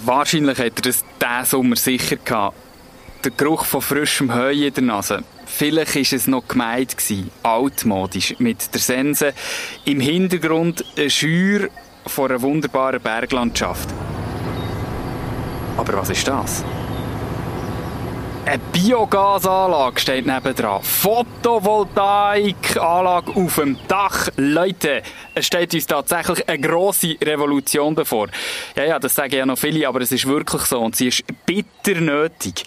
Wahrscheinlich hat er das diesen Sommer sicher gehabt. Der Geruch von frischem Heu in der Nase. Vielleicht war es noch gemeint, altmodisch, mit der Sense. Im Hintergrund eine Scheuer von einer wunderbaren Berglandschaft. Aber was ist das? Eine Biogasanlage steht nebendran. Photovoltaikanlage auf dem Dach. Leute, es steht uns tatsächlich eine grosse Revolution bevor. Ja, das sagen ja noch viele, aber es ist wirklich so und sie ist bitter nötig.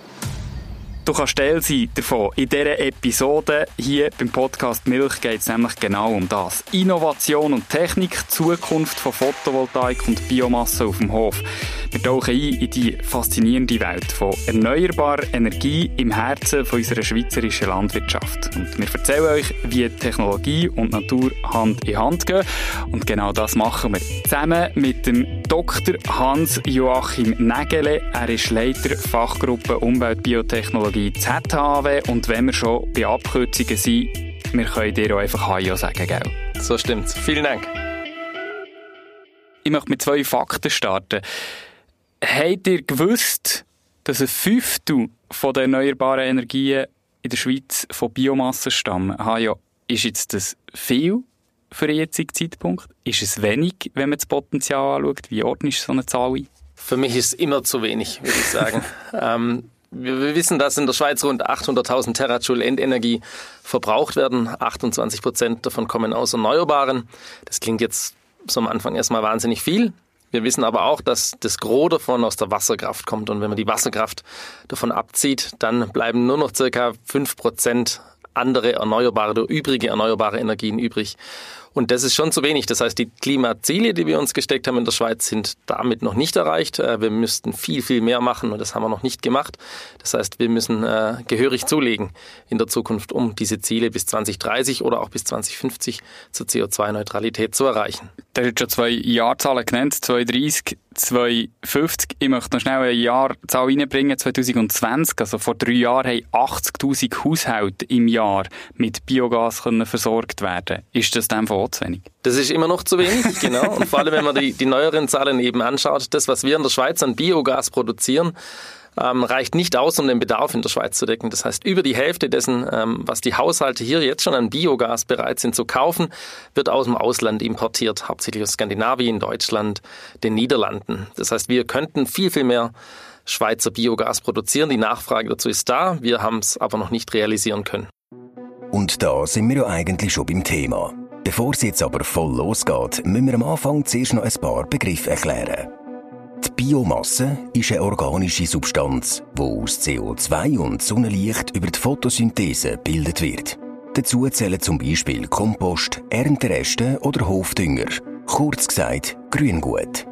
Du kannst Teil sein davon. In dieser Episode hier beim Podcast Milch geht es nämlich genau um das. Innovation und Technik, Zukunft von Photovoltaik und Biomasse auf dem Hof. Wir tauchen ein in die faszinierende Welt von erneuerbarer Energie im Herzen von unserer schweizerischen Landwirtschaft. Und wir erzählen euch, wie Technologie und Natur Hand in Hand gehen. Und genau das machen wir zusammen mit dem Dr. Hans-Joachim Nägele. Er ist Leiter Fachgruppe Umweltbiotechnologie ZHAW, und wenn wir schon bei Abkürzungen sind, wir können dir auch einfach Hallo sagen, gell? So stimmt's. Vielen Dank. Ich möchte mit 2 Fakten starten. Habt ihr gewusst, dass ein Fünftel von den erneuerbaren Energien in der Schweiz von Biomasse stammen? Ist jetzt das viel für den jetzigen Zeitpunkt? Ist es wenig, wenn man das Potenzial anschaut? Wie ordnest du so eine Zahl ein? Für mich ist es immer zu wenig, würde ich sagen. Wir wissen, dass in der Schweiz rund 800.000 Terajoule Endenergie verbraucht werden. 28% davon kommen aus Erneuerbaren. Das klingt jetzt so am Anfang erstmal wahnsinnig viel. Wir wissen aber auch, dass das Gros davon aus der Wasserkraft kommt. Und wenn man die Wasserkraft davon abzieht, dann bleiben nur noch ca. 5% andere erneuerbare oder übrige erneuerbare Energien übrig. Und das ist schon zu wenig. Das heißt, die Klimaziele, die wir uns gesteckt haben in der Schweiz, sind damit noch nicht erreicht. Wir müssten viel, viel mehr machen und das haben wir noch nicht gemacht. Das heißt, wir müssen gehörig zulegen in der Zukunft, um diese Ziele bis 2030 oder auch bis 2050 zur CO2-Neutralität zu erreichen. Du hast schon 2 Jahrzahlen genannt, 2030, 2050. Ich möchte noch schnell eine Jahrzahl reinbringen, 2020. Also vor 3 Jahren haben 80'000 Haushalte im Jahr mit Biogas können versorgt werden. Ist das dann auch zu wenig? Das ist immer noch zu wenig, genau. Und vor allem, wenn man die neueren Zahlen eben anschaut, das, was wir in der Schweiz an Biogas produzieren, reicht nicht aus, um den Bedarf in der Schweiz zu decken. Das heißt, über die Hälfte dessen, was die Haushalte hier jetzt schon an Biogas bereit sind zu kaufen, wird aus dem Ausland importiert, hauptsächlich aus Skandinavien, Deutschland, den Niederlanden. Das heißt, wir könnten viel, viel mehr Schweizer Biogas produzieren. Die Nachfrage dazu ist da, wir haben es aber noch nicht realisieren können. Und da sind wir ja eigentlich schon beim Thema. Bevor es jetzt aber voll losgeht, müssen wir am Anfang zuerst noch ein paar Begriffe erklären. Die Biomasse ist eine organische Substanz, die aus CO2 und Sonnenlicht über die Photosynthese gebildet wird. Dazu zählen zum Beispiel Kompost, Erntereste oder Hofdünger. Kurz gesagt, Grüngut.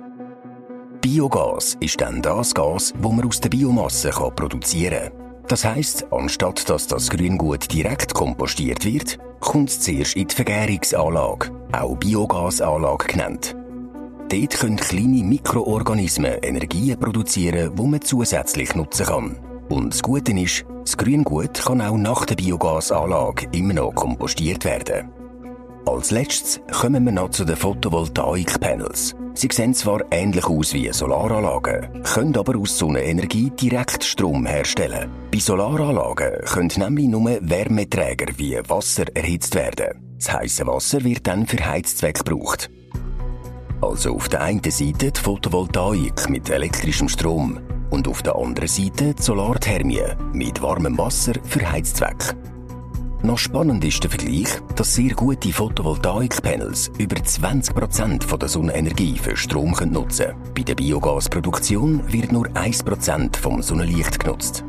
Biogas ist dann das Gas, das man aus der Biomasse produzieren kann. Das heisst, anstatt dass das Grüngut direkt kompostiert wird, kommt es zuerst in die Vergärungsanlage, auch Biogasanlage genannt. Dort können kleine Mikroorganismen Energien produzieren, die man zusätzlich nutzen kann. Und das Gute ist, das Grüngut kann auch nach der Biogasanlage immer noch kompostiert werden. Als letztes kommen wir noch zu den Photovoltaik-Panels. Sie sehen zwar ähnlich aus wie Solaranlagen, können aber aus Sonnenenergie direkt Strom herstellen. Bei Solaranlagen können nämlich nur Wärmeträger wie Wasser erhitzt werden. Das heisse Wasser wird dann für Heizzwecke gebraucht. Also auf der einen Seite die Photovoltaik mit elektrischem Strom und auf der anderen Seite die Solarthermie mit warmem Wasser für Heizzwecke. Noch spannend ist der Vergleich, dass sehr gute Photovoltaik-Panels über 20% der Sonnenenergie für Strom nutzen können. Bei der Biogasproduktion wird nur 1% vom Sonnenlicht genutzt.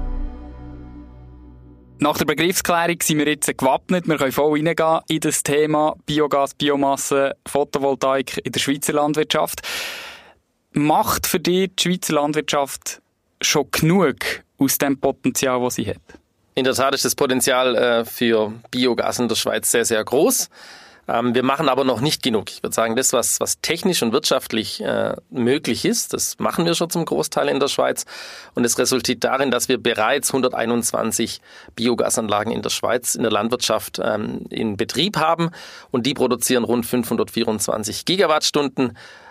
Nach der Begriffsklärung sind wir jetzt gewappnet. Wir können voll reingehen in das Thema Biogas, Biomasse, Photovoltaik in der Schweizer Landwirtschaft. Macht für dich die Schweizer Landwirtschaft schon genug aus dem Potenzial, das sie hat? In der Tat ist das Potenzial für Biogas in der Schweiz sehr, sehr groß. Wir machen aber noch nicht genug. Ich würde sagen, das, was technisch und wirtschaftlich möglich ist, das machen wir schon zum Großteil in der Schweiz. Und es resultiert darin, dass wir bereits 121 Biogasanlagen in der Schweiz in der Landwirtschaft in Betrieb haben. Und die produzieren rund 524 Gigawattstunden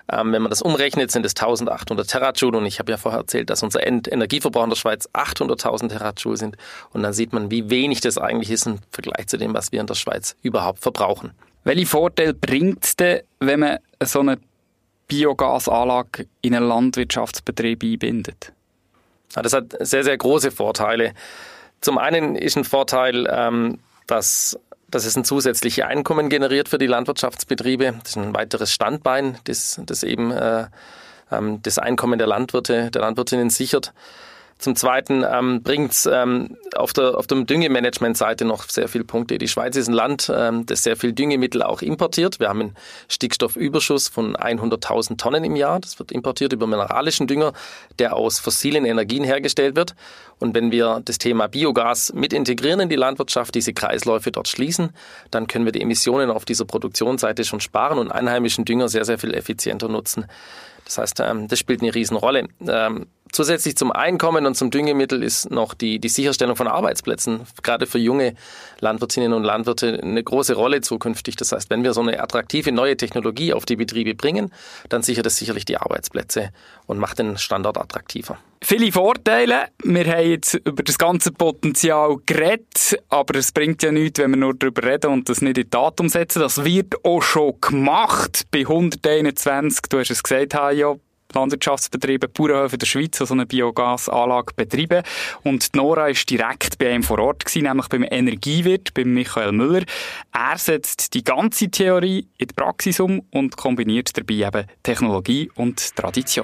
Wenn man das umrechnet, sind es 1800 Terajoule und ich habe ja vorher erzählt, dass unser Endenergieverbrauch in der Schweiz 800.000 Terajoule sind und dann sieht man, wie wenig das eigentlich ist im Vergleich zu dem, was wir in der Schweiz überhaupt verbrauchen. Welche Vorteile bringt es denn, wenn man so eine Biogasanlage in einen Landwirtschaftsbetrieb einbindet? Das hat sehr, sehr große Vorteile. Zum einen ist ein Vorteil, dass es ein zusätzliches Einkommen generiert für die Landwirtschaftsbetriebe. Das ist ein weiteres Standbein, das eben das Einkommen der Landwirte, der Landwirtinnen sichert. Zum Zweiten bringt es auf der Düngemanagement-Seite noch sehr viele Punkte. Die Schweiz ist ein Land, das sehr viel Düngemittel auch importiert. Wir haben einen Stickstoffüberschuss von 100.000 Tonnen im Jahr. Das wird importiert über mineralischen Dünger, der aus fossilen Energien hergestellt wird. Und wenn wir das Thema Biogas mit integrieren in die Landwirtschaft, diese Kreisläufe dort schließen, dann können wir die Emissionen auf dieser Produktionsseite schon sparen und einheimischen Dünger sehr, sehr viel effizienter nutzen. Das heißt, das spielt eine Riesenrolle. Zusätzlich zum Einkommen und zum Düngemittel ist noch die Sicherstellung von Arbeitsplätzen, gerade für junge Landwirtinnen und Landwirte, eine große Rolle zukünftig. Das heißt, wenn wir so eine attraktive neue Technologie auf die Betriebe bringen, dann sichert das sicherlich die Arbeitsplätze und macht den Standort attraktiver. Viele Vorteile. Wir haben jetzt über das ganze Potenzial geredet, aber es bringt ja nichts, wenn wir nur darüber reden und das nicht in die Tat umsetzen. Das wird auch schon gemacht bei 121, du hast es gesagt, ja, Landwirtschaftsbetriebe, Bauernhöfe der Schweiz, die so eine Biogasanlage betreiben. Und Nora war direkt bei einem vor Ort gewesen, nämlich beim Energiewirt, beim Michael Müller. Er setzt die ganze Theorie in die Praxis um und kombiniert dabei eben Technologie und Tradition.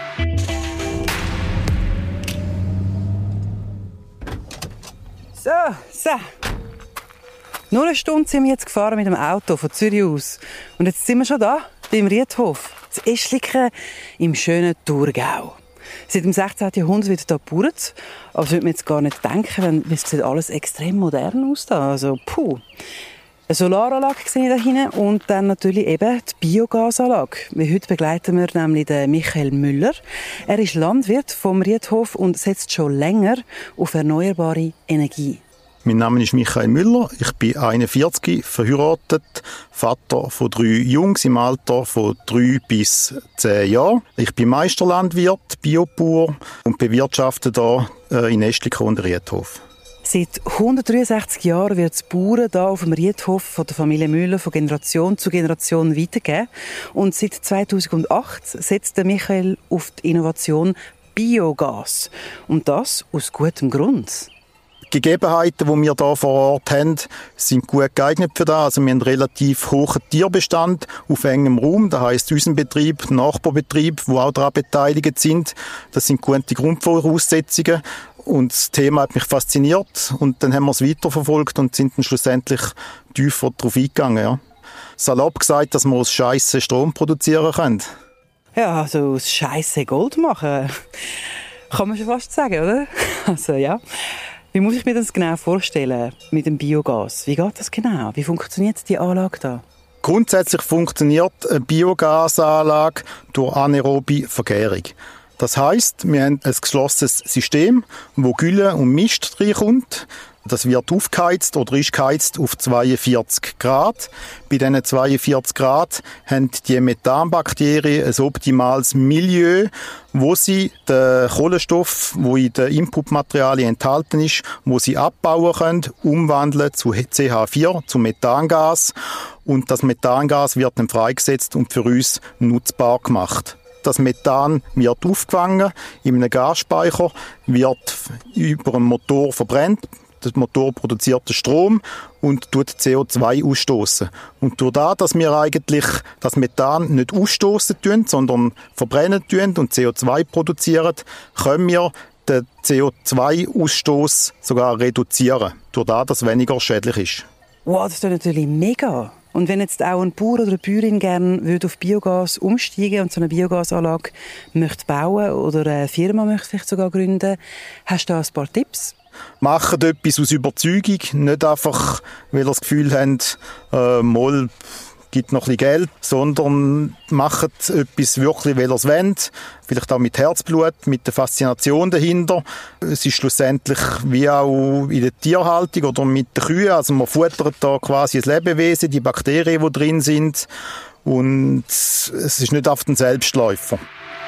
So. Nur eine Stunde sind wir jetzt gefahren mit dem Auto von Zürich aus. Und jetzt sind wir schon da, beim Riedhof. Das Eschliken im schönen Thurgau. Seit dem 16. Jahrhundert wird hier gebaut. Aber das würde man jetzt gar nicht denken, weil es sieht alles extrem modern aus da. Also, puh. Eine Solaranlage sehe ich da hinten und dann natürlich eben die Biogasanlage. Heute begleiten wir nämlich den Michael Müller. Er ist Landwirt vom Riedhof und setzt schon länger auf erneuerbare Energie. Mein Name ist Michael Müller, ich bin 41, verheiratet, Vater von 3 Jungs im Alter von 3 bis 10 Jahren. Ich bin Meisterlandwirt, Biobauer und bewirtschafte hier in Eschliken und Riedhof. Seit 163 Jahren wird das Bauern hier auf dem Riedhof von der Familie Müller von Generation zu Generation weitergegeben. Und seit 2008 setzt der Michael auf die Innovation Biogas. Und das aus gutem Grund. Die Gegebenheiten, die wir hier vor Ort haben, sind gut geeignet für das. Also wir haben einen relativ hohen Tierbestand auf engem Raum. Das heisst, unser Betrieb, Nachbarbetrieb, die auch daran beteiligt sind, das sind gute Grundvoraussetzungen. Und das Thema hat mich fasziniert. Und dann haben wir es weiterverfolgt und sind dann schlussendlich tiefer darauf eingegangen. Ja. Salopp gesagt, dass wir aus Scheisse Strom produzieren können. Ja, also aus Scheisse Gold machen. Kann man schon fast sagen, oder? Also ja. Wie muss ich mir das genau vorstellen mit dem Biogas? Wie geht das genau? Wie funktioniert die Anlage da? Grundsätzlich funktioniert eine Biogasanlage durch anaerobe Vergärung. Das heisst, wir haben ein geschlossenes System, wo Gülle und Mist reinkommt. Das wird aufgeheizt oder ist geheizt auf 42 Grad. Bei diesen 42 Grad haben die Methanbakterien ein optimales Milieu, wo sie den Kohlenstoff, der in den Inputmaterialien enthalten ist, wo sie abbauen können, umwandeln zu CH4, zu Methangas. Und das Methangas wird dann freigesetzt und für uns nutzbar gemacht. Das Methan wird aufgefangen in einem Gasspeicher, wird über einen Motor verbrennt. Der Motor produziert den Strom und tut CO2 ausstoßen. Und durch das, dass wir eigentlich das Methan nicht ausstoßen tun, sondern verbrennen tun und CO2 produzieren, können wir den CO2-Ausstoß sogar reduzieren. Durch das, dass es weniger schädlich ist. Wow, das ist natürlich mega. Und wenn jetzt auch ein Bauer oder eine Bäuerin gerne auf Biogas umsteigen und so eine Biogasanlage möchte bauen oder eine Firma möchte vielleicht sogar gründen, hast du da ein paar Tipps? Machen etwas aus Überzeugung, nicht einfach, weil ihr das Gefühl habt, mal gibt noch ein bisschen Geld, sondern macht etwas wirklich, weil ihr es wollt. Vielleicht auch mit Herzblut, mit der Faszination dahinter. Es ist schlussendlich wie auch in der Tierhaltung oder mit den Kühen. Also man futtert da quasi ein Lebewesen, die Bakterien, die drin sind. Und es ist nicht auf den Selbstläufer.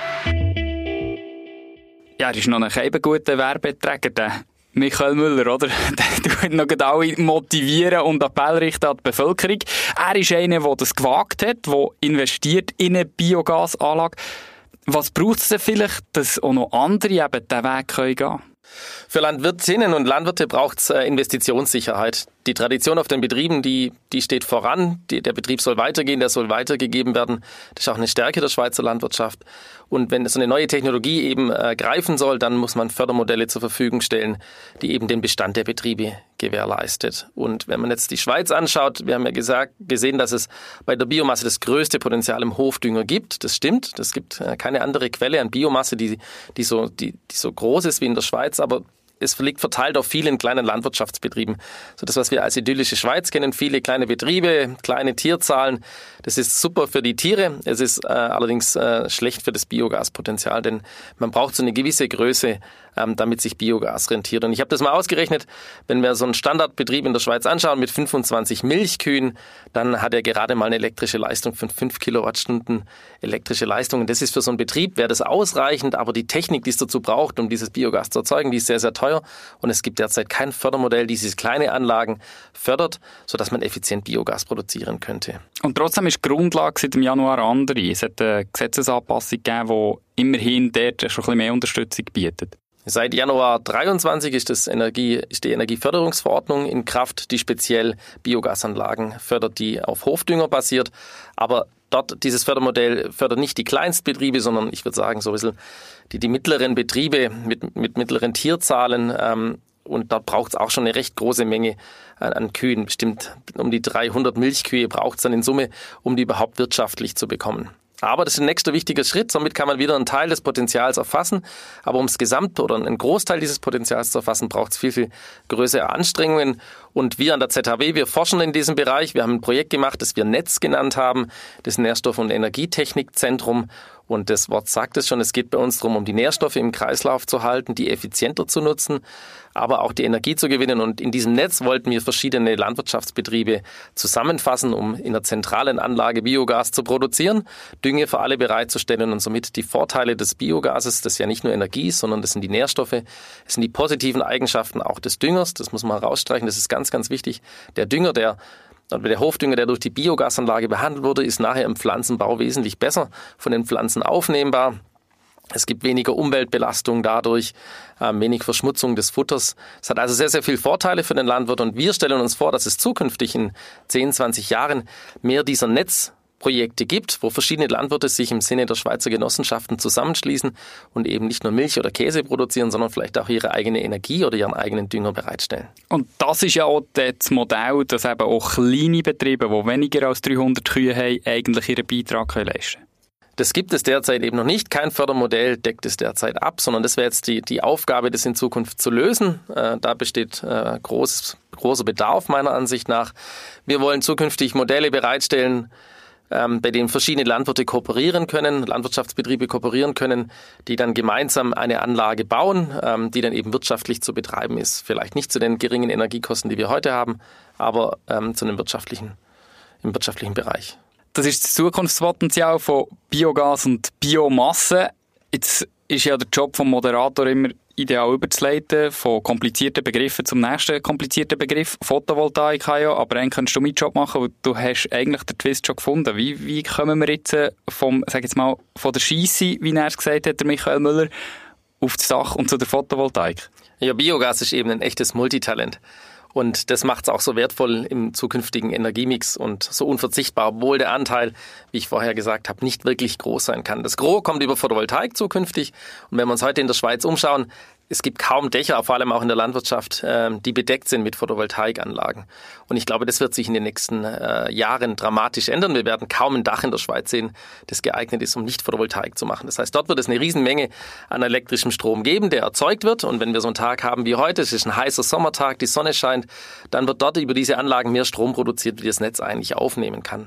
Ja, er ist noch ein guter Werbeträger, der Michael Müller, oder? Der tut noch alle motivieren und Appell richten an die Bevölkerung. Er ist einer, der das gewagt hat, der investiert in eine Biogasanlage. Was braucht es denn vielleicht, dass auch noch andere eben diesen Weg gehen können? Für Landwirtinnen und Landwirte braucht es Investitionssicherheit. Die Tradition auf den Betrieben, die steht voran. Der Betrieb soll weitergehen, der soll weitergegeben werden. Das ist auch eine Stärke der Schweizer Landwirtschaft. Und wenn so eine neue Technologie eben greifen soll, dann muss man Fördermodelle zur Verfügung stellen, die eben den Bestand der Betriebe gewährleistet. Und wenn man jetzt die Schweiz anschaut, wir haben ja gesehen, dass es bei der Biomasse das größte Potenzial im Hofdünger gibt. Das stimmt. Es gibt keine andere Quelle an Biomasse, die so groß ist wie in der Schweiz, aber es liegt verteilt auf vielen kleinen Landwirtschaftsbetrieben. So das, was wir als idyllische Schweiz kennen, viele kleine Betriebe, kleine Tierzahlen. Das ist super für die Tiere. Es ist allerdings schlecht für das Biogaspotenzial, denn man braucht so eine gewisse Größe, damit sich Biogas rentiert. Und ich habe das mal ausgerechnet, wenn wir so einen Standardbetrieb in der Schweiz anschauen mit 25 Milchkühen, dann hat er gerade mal eine elektrische Leistung von 5 Kilowattstunden elektrische Leistung. Und das ist für so einen Betrieb, wäre das ausreichend, aber die Technik, die es dazu braucht, um dieses Biogas zu erzeugen, die ist sehr, sehr teuer. Und es gibt derzeit kein Fördermodell, das diese kleine Anlagen fördert, sodass man effizient Biogas produzieren könnte. Und trotzdem ist die Grundlage seit dem Januar andere. Es hat eine Gesetzesanpassung gegeben, die immerhin dort schon ein bisschen mehr Unterstützung bietet. Seit Januar 23 ist die Energieförderungsverordnung in Kraft, die speziell Biogasanlagen fördert, die auf Hofdünger basiert. Aber dieses Fördermodell fördert nicht die Kleinstbetriebe, sondern ich würde sagen so ein bisschen die mittleren Betriebe mit mittleren Tierzahlen. Und dort braucht es auch schon eine recht große Menge an Kühen. Bestimmt um die 300 Milchkühe braucht es dann in Summe, um die überhaupt wirtschaftlich zu bekommen. Aber das ist ein nächster wichtiger Schritt. Somit kann man wieder einen Teil des Potenzials erfassen. Aber um das Gesamte oder einen Großteil dieses Potenzials zu erfassen, braucht es viel, viel größere Anstrengungen. Und wir an der ZHW, wir forschen in diesem Bereich. Wir haben ein Projekt gemacht, das wir NETZ genannt haben, das Nährstoff- und Energietechnikzentrum. Und das Wort sagt es schon, es geht bei uns darum, um die Nährstoffe im Kreislauf zu halten, die effizienter zu nutzen, aber auch die Energie zu gewinnen. Und in diesem Netz wollten wir verschiedene Landwirtschaftsbetriebe zusammenfassen, um in der zentralen Anlage Biogas zu produzieren, Dünge für alle bereitzustellen und somit die Vorteile des Biogases, das ja nicht nur Energie ist, sondern das sind die Nährstoffe, es sind die positiven Eigenschaften auch des Düngers, das muss man herausstreichen, das ist ganz, ganz wichtig. Der Dünger, der Hofdünger, der durch die Biogasanlage behandelt wurde, ist nachher im Pflanzenbau wesentlich besser von den Pflanzen aufnehmbar. Es gibt weniger Umweltbelastung dadurch, wenig Verschmutzung des Futters. Es hat also sehr, sehr viele Vorteile für den Landwirt und wir stellen uns vor, dass es zukünftig in 10, 20 Jahren mehr dieser Netzprojekte gibt, wo verschiedene Landwirte sich im Sinne der Schweizer Genossenschaften zusammenschließen und eben nicht nur Milch oder Käse produzieren, sondern vielleicht auch ihre eigene Energie oder ihren eigenen Dünger bereitstellen. Und das ist ja auch das Modell, dass eben auch kleine Betriebe, die weniger als 300 Kühe haben, eigentlich ihren Beitrag leisten können. Das gibt es derzeit eben noch nicht. Kein Fördermodell deckt es derzeit ab, sondern das wäre jetzt die Aufgabe, das in Zukunft zu lösen. Da besteht großer Bedarf meiner Ansicht nach. Wir wollen zukünftig Modelle bereitstellen, bei denen verschiedene Landwirte kooperieren können, Landwirtschaftsbetriebe kooperieren können, die dann gemeinsam eine Anlage bauen, die dann eben wirtschaftlich zu betreiben ist. Vielleicht nicht zu den geringen Energiekosten, die wir heute haben, aber zu einem im wirtschaftlichen Bereich. Das ist das Zukunftspotenzial von Biogas und Biomasse. Jetzt ist ja der Job vom Moderator immer ideal überzuleiten, von komplizierten Begriffen zum nächsten komplizierten Begriff. Photovoltaik ja, aber dann kannst du meinen Job machen, weil du hast eigentlich den Twist schon gefunden. Wie kommen wir jetzt von der Scheisse, wie er es gesagt hat, der Michael Müller, auf das Dach und zu der Photovoltaik? Ja, Biogas ist eben ein echtes Multitalent. Und das macht es auch so wertvoll im zukünftigen Energiemix und so unverzichtbar, obwohl der Anteil, wie ich vorher gesagt habe, nicht wirklich groß sein kann. Das Gros kommt über Photovoltaik zukünftig. Und wenn wir uns heute in der Schweiz umschauen, es gibt kaum Dächer, vor allem auch in der Landwirtschaft, die bedeckt sind mit Photovoltaikanlagen. Und ich glaube, das wird sich in den nächsten Jahren dramatisch ändern. Wir werden kaum ein Dach in der Schweiz sehen, das geeignet ist, um nicht Photovoltaik zu machen. Das heißt, dort wird es eine Riesenmenge an elektrischem Strom geben, der erzeugt wird. Und wenn wir so einen Tag haben wie heute, es ist ein heißer Sommertag, die Sonne scheint, dann wird dort über diese Anlagen mehr Strom produziert, wie das Netz eigentlich aufnehmen kann.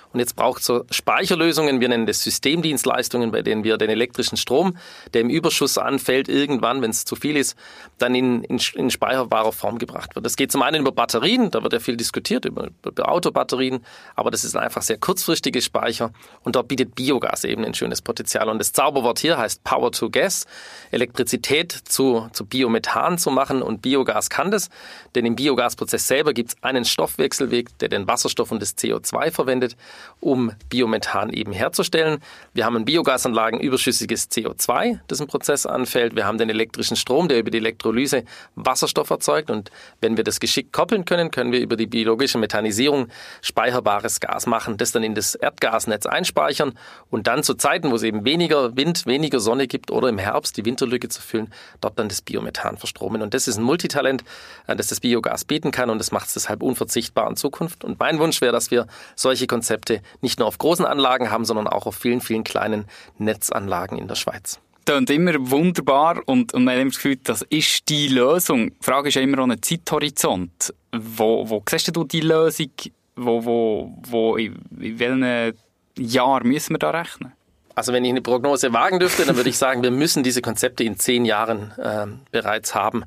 Und jetzt braucht es so Speicherlösungen, wir nennen das Systemdienstleistungen, bei denen wir den elektrischen Strom, der im Überschuss anfällt, irgendwann, wenn es zu viel ist, dann in speicherbarer Form gebracht wird. Das geht zum einen über Batterien, da wird ja viel diskutiert, über Autobatterien, aber das ist einfach sehr kurzfristige Speicher und dort bietet Biogas eben ein schönes Potenzial. Und das Zauberwort hier heißt Power to Gas, Elektrizität zu Biomethan zu machen, und Biogas kann das, denn im Biogasprozess selber gibt es einen Stoffwechselweg, der den Wasserstoff und das CO2 verwendet, um Biomethan eben herzustellen. Wir haben in Biogasanlagen überschüssiges CO2, das im Prozess anfällt. Wir haben den elektrischen Strom, der über die Elektrolyse Wasserstoff erzeugt, und wenn wir das geschickt koppeln können, können wir über die biologische Methanisierung speicherbares Gas machen, das dann in das Erdgasnetz einspeichern und dann zu Zeiten, wo es eben weniger Wind, weniger Sonne gibt oder im Herbst die Winterlücke zu füllen, dort dann das Biomethan verstromen. Und das ist ein Multitalent, das Biogas bieten kann, und das macht es deshalb unverzichtbar in Zukunft. Und mein Wunsch wäre, dass wir solche Konzepte nicht nur auf großen Anlagen haben, sondern auch auf vielen, vielen kleinen Netzanlagen in der Schweiz. Das klingt immer wunderbar und man hat immer das Gefühl, das ist die Lösung. Die Frage ist ja immer auch ein Zeithorizont. Wo siehst du die Lösung? In welchem Jahr müssen wir da rechnen? Also wenn ich eine Prognose wagen dürfte, dann würde ich sagen, wir müssen diese Konzepte in 10 Jahren bereits haben.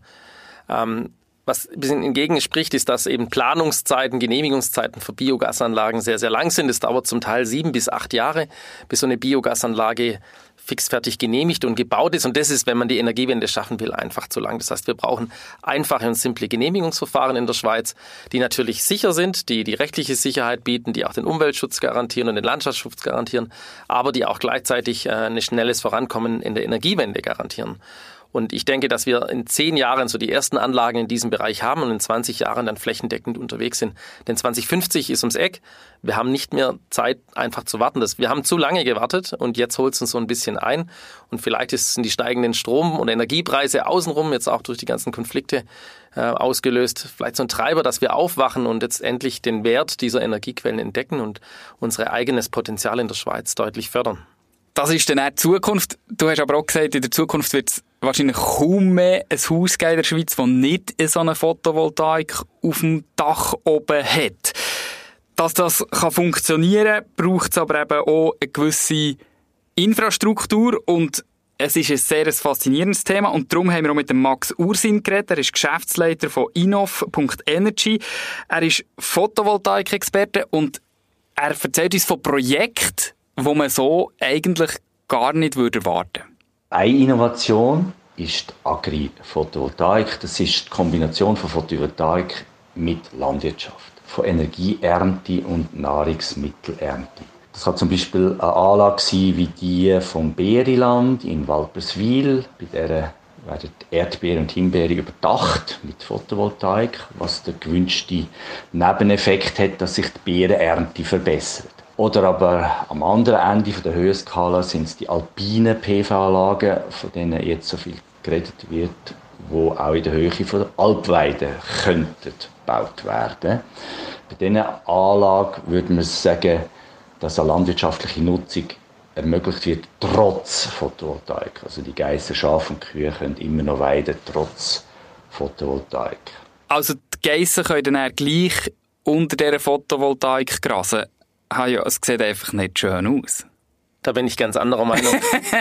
Was ein bisschen entgegenspricht, ist, dass eben Planungszeiten, Genehmigungszeiten für Biogasanlagen sehr, sehr lang sind. Es dauert zum Teil 7 bis 8 Jahre, bis so eine Biogasanlage fixfertig genehmigt und gebaut ist. Und das ist, wenn man die Energiewende schaffen will, einfach zu lang. Das heißt, wir brauchen einfache und simple Genehmigungsverfahren in der Schweiz, die natürlich sicher sind, die rechtliche Sicherheit bieten, die auch den Umweltschutz garantieren und den Landschaftsschutz garantieren, aber die auch gleichzeitig ein schnelles Vorankommen in der Energiewende garantieren. Und ich denke, dass wir in 10 Jahren so die ersten Anlagen in diesem Bereich haben und in 20 Jahren dann flächendeckend unterwegs sind. Denn 2050 ist ums Eck. Wir haben nicht mehr Zeit, einfach zu warten. Wir haben zu lange gewartet und jetzt holt es uns so ein bisschen ein. Und vielleicht sind die steigenden Strom- und Energiepreise außenrum, jetzt auch durch die ganzen Konflikte ausgelöst, vielleicht so ein Treiber, dass wir aufwachen und jetzt endlich den Wert dieser Energiequellen entdecken und unser eigenes Potenzial in der Schweiz deutlich fördern. Das ist dann auch die Zukunft. Du hast aber auch gesagt, in der Zukunft wird es wahrscheinlich kaum mehr ein Haus geben in der Schweiz, das nicht so eine Photovoltaik auf dem Dach oben hat. Dass das funktionieren kann, braucht es aber eben auch eine gewisse Infrastruktur, und es ist ein sehr faszinierendes Thema, und darum haben wir auch mit dem Max Ursin geredet. Er ist Geschäftsleiter von Innov.energy. Er ist Photovoltaik-Experte und er erzählt uns von Projekten, wo man so eigentlich gar nicht erwarten würde. Eine Innovation ist die Agri-Photovoltaik. Das ist die Kombination von Photovoltaik mit Landwirtschaft, von Energieernte und Nahrungsmittelernte. Das kann zum Beispiel eine Anlage sein wie die vom Beeriland in Walperswil. Bei der werden Erdbeeren und Himbeeren überdacht mit Photovoltaik, was der gewünschte Nebeneffekt hat, dass sich die Beerenernte verbessert. Oder aber am anderen Ende der Höhenskala sind es die alpinen PV-Anlagen, von denen jetzt so viel geredet wird, die auch in der Höhe von der Alpweide könnten gebaut werden. Bei diesen Anlagen würde man sagen, dass eine landwirtschaftliche Nutzung ermöglicht wird, trotz Photovoltaik. Also die Geissen, Schafe und Kühe können immer noch weiden, trotz Photovoltaik. Also die Geissen können dann gleich unter dieser Photovoltaik grasen. Ja, es sieht einfach nicht schön aus. Da bin ich ganz anderer Meinung.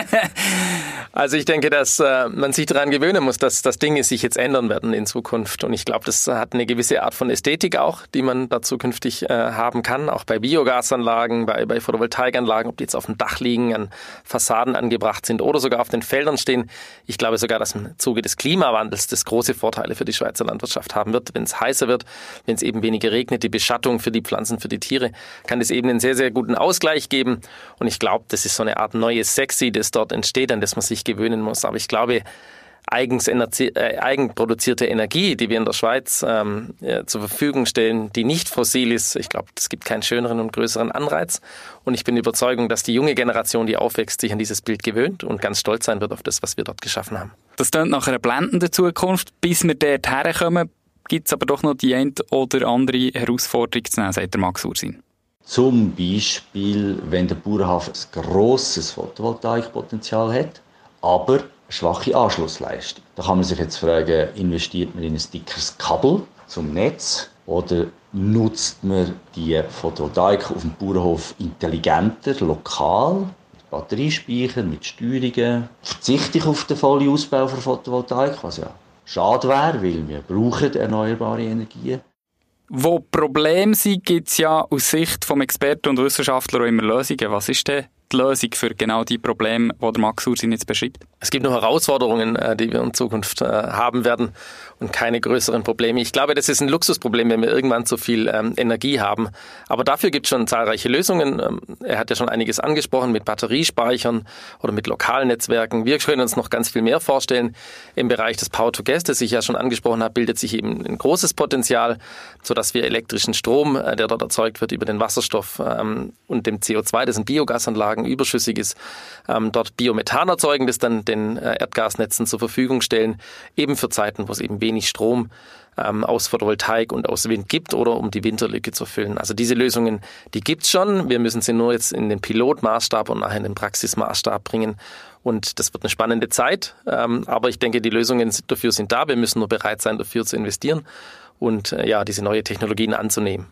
Also ich denke, dass man sich daran gewöhnen muss, dass Dinge sich jetzt ändern werden in Zukunft. Und ich glaube, das hat eine gewisse Art von Ästhetik auch, die man da zukünftig haben kann. Auch bei Biogasanlagen, bei Photovoltaikanlagen, ob die jetzt auf dem Dach liegen, an Fassaden angebracht sind oder sogar auf den Feldern stehen. Ich glaube sogar, dass im Zuge des Klimawandels das große Vorteile für die Schweizer Landwirtschaft haben wird. Wenn es heißer wird, wenn es eben weniger regnet, die Beschattung für die Pflanzen, für die Tiere, kann es eben einen sehr, sehr guten Ausgleich geben. Und ich glaube, das ist so eine Art neues Sexy, das dort entsteht, an das man sich gewöhnen muss. Aber ich glaube, eigenproduzierte Energie, die wir in der Schweiz zur Verfügung stellen, die nicht fossil ist, ich glaube, es gibt keinen schöneren und größeren Anreiz. Und ich bin überzeugt, dass die junge Generation, die aufwächst, sich an dieses Bild gewöhnt und ganz stolz sein wird auf das, was wir dort geschaffen haben. Das klingt nach einer blendenden Zukunft. Bis wir dort herkommen, gibt es aber doch noch die eine oder andere Herausforderung zu nehmen, sagt der Max Ursin. Zum Beispiel, wenn der Bauernhof ein grosses Photovoltaikpotenzial hat, aber eine schwache Anschlussleistung. Da kann man sich jetzt fragen, investiert man in ein dickeres Kabel zum Netz oder nutzt man die Photovoltaik auf dem Bauernhof intelligenter, lokal, mit Batteriespeicher, mit Steuerungen. Verzichte ich auf den vollen Ausbau von Photovoltaik, was ja schade wäre, weil wir brauchen erneuerbare Energien. Wo Probleme sind, gibt es ja aus Sicht des Experten und Wissenschaftler auch immer Lösungen. Was ist denn die Lösung für genau die Probleme, die der Max Ursin jetzt beschreibt? Es gibt noch Herausforderungen, die wir in Zukunft haben werden und keine größeren Probleme. Ich glaube, das ist ein Luxusproblem, wenn wir irgendwann so viel Energie haben. Aber dafür gibt es schon zahlreiche Lösungen. Er hat ja schon einiges angesprochen mit Batteriespeichern oder mit lokalen Netzwerken. Wir können uns noch ganz viel mehr vorstellen. Im Bereich des Power-to-Gas, das ich ja schon angesprochen habe, bildet sich eben ein großes Potenzial, sodass wir elektrischen Strom, der dort erzeugt wird über den Wasserstoff und dem CO2, das in Biogasanlagen überschüssig ist, dort Biomethan erzeugen, das dann den Erdgasnetzen zur Verfügung stellen, eben für Zeiten, wo es eben wenig Strom aus Photovoltaik und aus Wind gibt oder um die Winterlücke zu füllen. Also diese Lösungen, die gibt's schon. Wir müssen sie nur jetzt in den Pilotmaßstab und nachher in den Praxismaßstab bringen. Und das wird eine spannende Zeit. Aber ich denke, die Lösungen dafür sind da. Wir müssen nur bereit sein, dafür zu investieren und diese neue Technologien anzunehmen.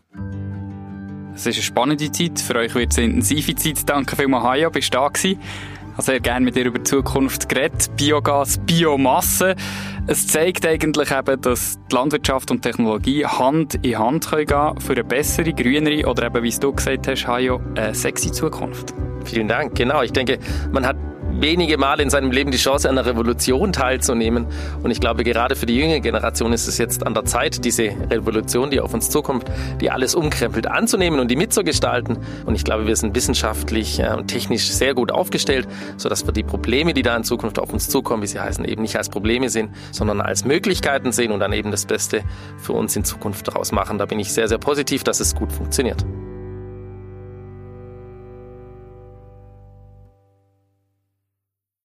Es ist eine spannende Zeit. Für euch wird es eine intensive Zeit. Danke vielmals, Hajo, bist du da gewesen. Ich habe sehr gerne mit dir über die Zukunft geredet. Biogas, Biomasse. Es zeigt eigentlich eben, dass die Landwirtschaft und Technologie Hand in Hand gehen können für eine bessere, grünere oder eben, wie du gesagt hast, Hajo, eine sexy Zukunft. Vielen Dank. Genau, ich denke, man hat wenige Mal in seinem Leben die Chance, an einer Revolution teilzunehmen. Und ich glaube, gerade für die jüngere Generation ist es jetzt an der Zeit, diese Revolution, die auf uns zukommt, die alles umkrempelt, anzunehmen und die mitzugestalten. Und ich glaube, wir sind wissenschaftlich und technisch sehr gut aufgestellt, sodass wir die Probleme, die da in Zukunft auf uns zukommen, wie sie heißen, eben nicht als Probleme sehen, sondern als Möglichkeiten sehen und dann eben das Beste für uns in Zukunft daraus machen. Da bin ich sehr, sehr positiv, dass es gut funktioniert.